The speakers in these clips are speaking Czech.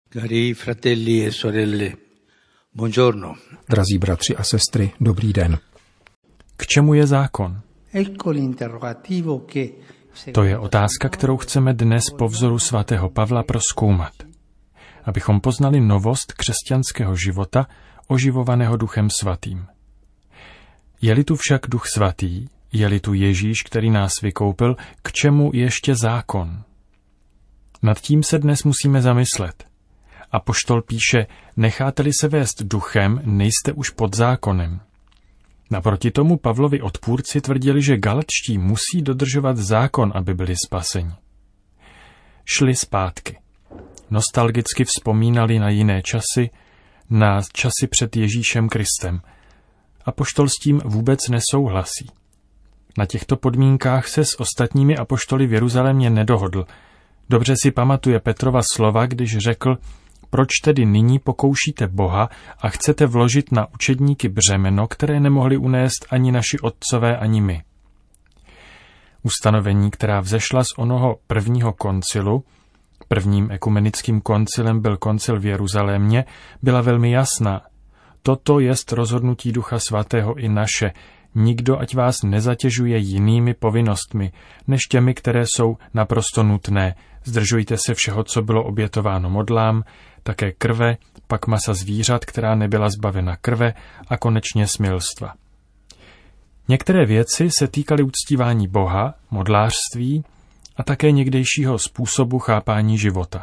Cari fratelli e sorelle, buongiorno. Drazí bratři a sestry, dobrý den. K čemu je zákon? Ecco l'interrogativo che... To je otázka, kterou chceme dnes po vzoru svatého Pavla prozkoumat. Abychom poznali novost křesťanského života, oživovaného Duchem Svatým. Je-li tu však Duch Svatý, je-li tu Ježíš, který nás vykoupil, k čemu ještě zákon? Nad tím se dnes musíme zamyslet. Apoštol píše, necháte-li se vést duchem, nejste už pod zákonem. Naproti tomu Pavlovi odpůrci tvrdili, že Galačtí musí dodržovat zákon, aby byli spaseni. Šli zpátky. Nostalgicky vzpomínali na jiné časy, na časy před Ježíšem Kristem. Apoštol s tím vůbec nesouhlasí. Na těchto podmínkách se s ostatními apoštoly v Jeruzalémě nedohodl. Dobře si pamatuje Petrova slova, když řekl, proč tedy nyní pokoušíte Boha a chcete vložit na učedníky břemeno, které nemohli unést ani naši otcové, ani my. Ustanovení, která vzešla z onoho prvního koncilu, prvním ekumenickým koncilem byl koncil v Jeruzalémě, byla velmi jasná. Toto jest rozhodnutí Ducha Svatého i naše. Nikdo ať vás nezatěžuje jinými povinnostmi, než těmi, které jsou naprosto nutné. Zdržujte se všeho, co bylo obětováno modlám, také krve, pak masa zvířat, která nebyla zbavena krve a konečně smilstva. Některé věci se týkaly uctívání Boha, modlářství a také někdejšího způsobu chápání života.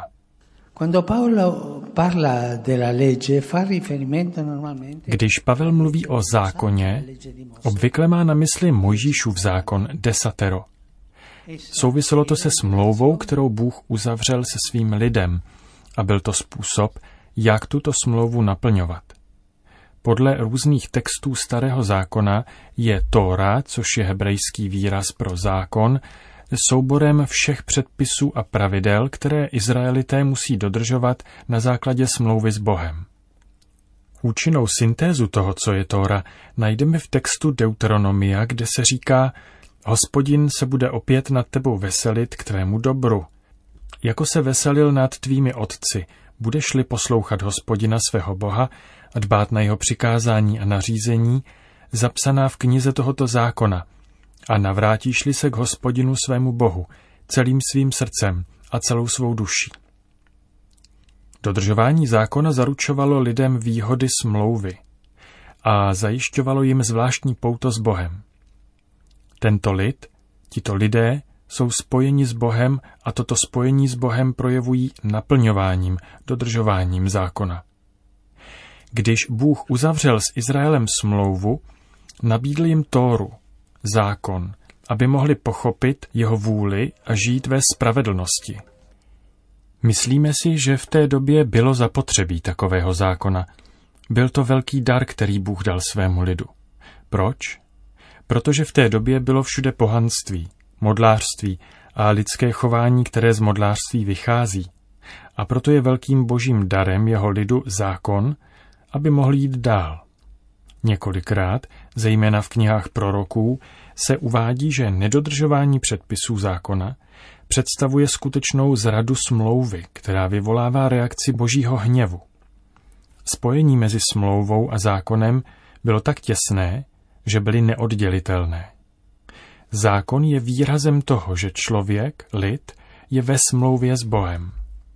Když Pavel mluví o zákoně, obvykle má na mysli Mojžíšův zákon desatero. Souviselo to se smlouvou, kterou Bůh uzavřel se svým lidem, a byl to způsob, jak tuto smlouvu naplňovat. Podle různých textů Starého zákona je Tóra, což je hebrejský výraz pro zákon, souborem všech předpisů a pravidel, které Izraelité musí dodržovat na základě smlouvy s Bohem. Účinnou syntézu toho, co je Tóra, najdeme v textu Deuteronomia, kde se říká: Hospodin se bude opět nad tebou veselit k tvému dobru. Jako se veselil nad tvými otci, budeš-li poslouchat Hospodina svého Boha a dbát na jeho přikázání a nařízení, zapsaná v knize tohoto zákona, a navrátíš-li se k Hospodinu svému Bohu celým svým srdcem a celou svou duší. Dodržování zákona zaručovalo lidem výhody smlouvy a zajišťovalo jim zvláštní pouto s Bohem. Tento lid, tito lidé, jsou spojeni s Bohem a toto spojení s Bohem projevují naplňováním, dodržováním zákona. Když Bůh uzavřel s Izraelem smlouvu, nabídl jim Tóru, zákon, aby mohli pochopit jeho vůli a žít ve spravedlnosti. Myslíme si, že v té době bylo zapotřebí takového zákona. Byl to velký dar, který Bůh dal svému lidu. Proč? Protože v té době bylo všude pohanství, modlářství a lidské chování, které z modlářství vychází. A proto je velkým božím darem jeho lidu zákon, aby mohl jít dál. Několikrát, zejména v knihách proroků, se uvádí, že nedodržování předpisů zákona představuje skutečnou zradu smlouvy, která vyvolává reakci božího hněvu. Spojení mezi smlouvou a zákonem bylo tak těsné, že byly neoddělitelné. Zákon je výrazem toho, že člověk, lid, je ve smlouvě s Bohem.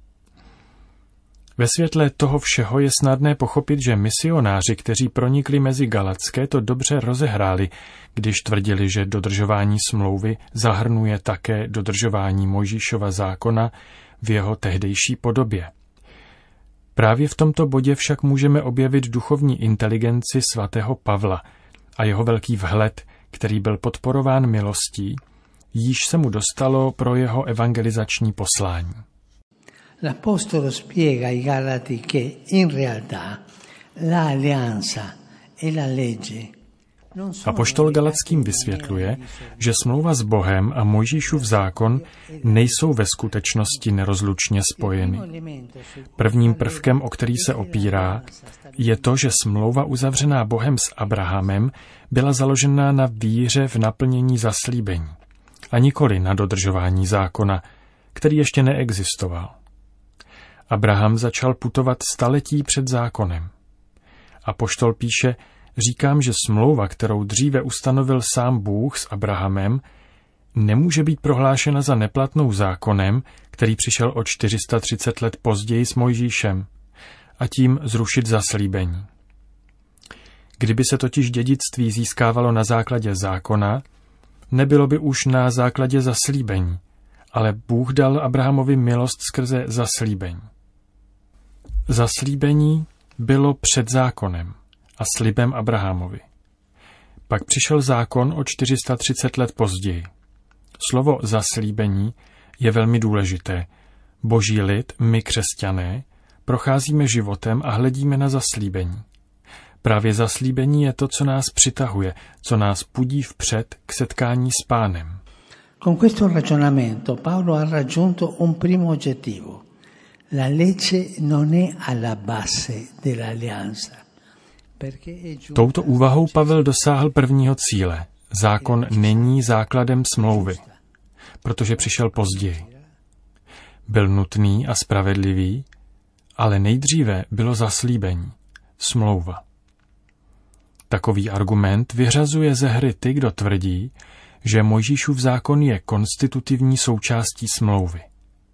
Ve světle toho všeho je snadné pochopit, že misionáři, kteří pronikli mezi Galatské, to dobře rozehráli, když tvrdili, že dodržování smlouvy zahrnuje také dodržování Mojžíšova zákona v jeho tehdejší podobě. Právě v tomto bodě však můžeme objevit duchovní inteligenci svatého Pavla a jeho velký vhled, který byl podporován milostí, jíž se mu dostalo pro jeho evangelizační poslání. L'Apostolo spiega ai Galati che in realtà l'alleanza e la legge. Apoštol Galatským vysvětluje, že smlouva s Bohem a Mojžíšův zákon nejsou ve skutečnosti nerozlučně spojeny. Prvním prvkem, o který se opírá, je to, že smlouva uzavřená Bohem s Abrahamem byla založena na víře v naplnění zaslíbení a nikoli na dodržování zákona, který ještě neexistoval. Abraham začal putovat staletí před zákonem. Apoštol píše, říkám, že smlouva, kterou dříve ustanovil sám Bůh s Abrahamem, nemůže být prohlášena za neplatnou zákonem, který přišel o 430 let později s Mojžíšem, a tím zrušit zaslíbení. Kdyby se totiž dědictví získávalo na základě zákona, nebylo by už na základě zaslíbení, ale Bůh dal Abrahamovi milost skrze zaslíbení. Zaslíbení bylo před zákonem a slibem Abrahamovi. Pak přišel zákon o 430 let později. Slovo zaslíbení je velmi důležité. Boží lid, my křesťané, procházíme životem a hledíme na zaslíbení. Právě zaslíbení je to, co nás přitahuje, co nás pudí vpřed k setkání s Pánem. Con questo ragionamento Paolo ha raggiunto un primo obiettivo. La legge non è alla base dell'alleanza. Touto úvahou Pavel dosáhl prvního cíle. Zákon není základem smlouvy, protože přišel později. Byl nutný a spravedlivý, ale nejdříve bylo zaslíbení, smlouva. Takový argument vyřazuje ze hry ty, kdo tvrdí, že Mojžíšův zákon je konstitutivní součástí smlouvy.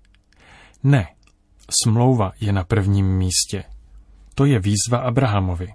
Ne, smlouva je na prvním místě. To je výzva Abrahamovi.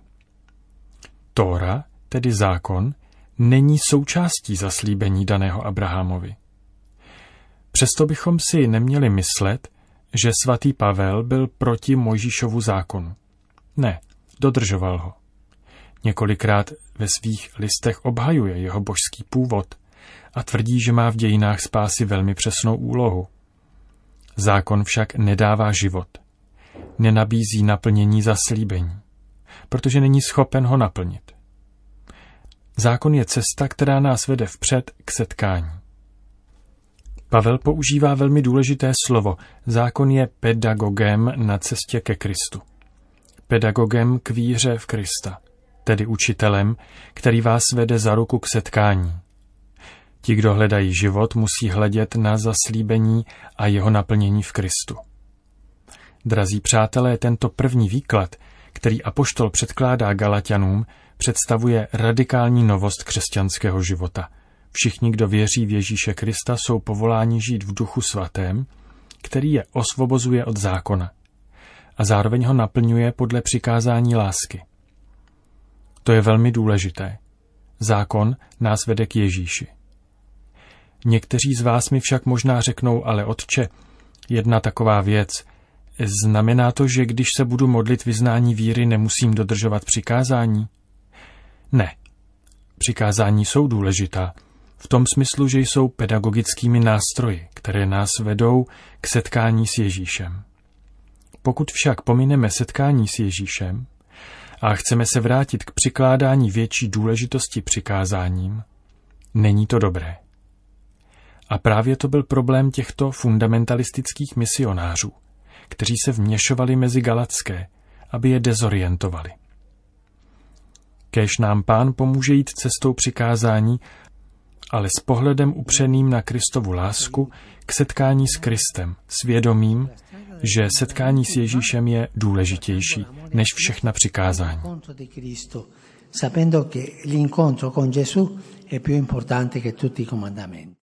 Tóra, tedy zákon, není součástí zaslíbení daného Abrahamovi. Přesto bychom si neměli myslet, že svatý Pavel byl proti Mojžíšovu zákonu. Ne, dodržoval ho. Několikrát ve svých listech obhajuje jeho božský původ a tvrdí, že má v dějinách spásy velmi přesnou úlohu. Zákon však nedává život. Nenabízí naplnění zaslíbení, protože není schopen ho naplnit. Zákon je cesta, která nás vede vpřed k setkání. Pavel používá velmi důležité slovo. Zákon je pedagogem na cestě ke Kristu. Pedagogem k víře v Krista, tedy učitelem, který vás vede za ruku k setkání. Ti, kdo hledají život, musí hledět na zaslíbení a jeho naplnění v Kristu. Drazí přátelé, tento první výklad, který apoštol předkládá Galatianům, představuje radikální novost křesťanského života. Všichni, kdo věří v Ježíše Krista, jsou povoláni žít v Duchu Svatém, který je osvobozuje od zákona a zároveň ho naplňuje podle přikázání lásky. To je velmi důležité. Zákon nás vede k Ježíši. Někteří z vás mi však možná řeknou, ale otče, jedna taková věc, znamená to, že když se budu modlit vyznání víry, nemusím dodržovat přikázání? Ne. Přikázání jsou důležitá, v tom smyslu, že jsou pedagogickými nástroji, které nás vedou k setkání s Ježíšem. Pokud však pomineme setkání s Ježíšem a chceme se vrátit k přikládání větší důležitosti přikázáním, není to dobré. A právě to byl problém těchto fundamentalistických misionářů, kteří se vměšovali mezi Galatské, aby je dezorientovali. Kéž nám Pán pomůže jít cestou přikázání, ale s pohledem upřeným na Kristovu lásku k setkání s Kristem, svědomím, že setkání s Ježíšem je důležitější než všechna přikázání. Sapendo che l'incontro con Gesù è più importante che tutti i comandamenti.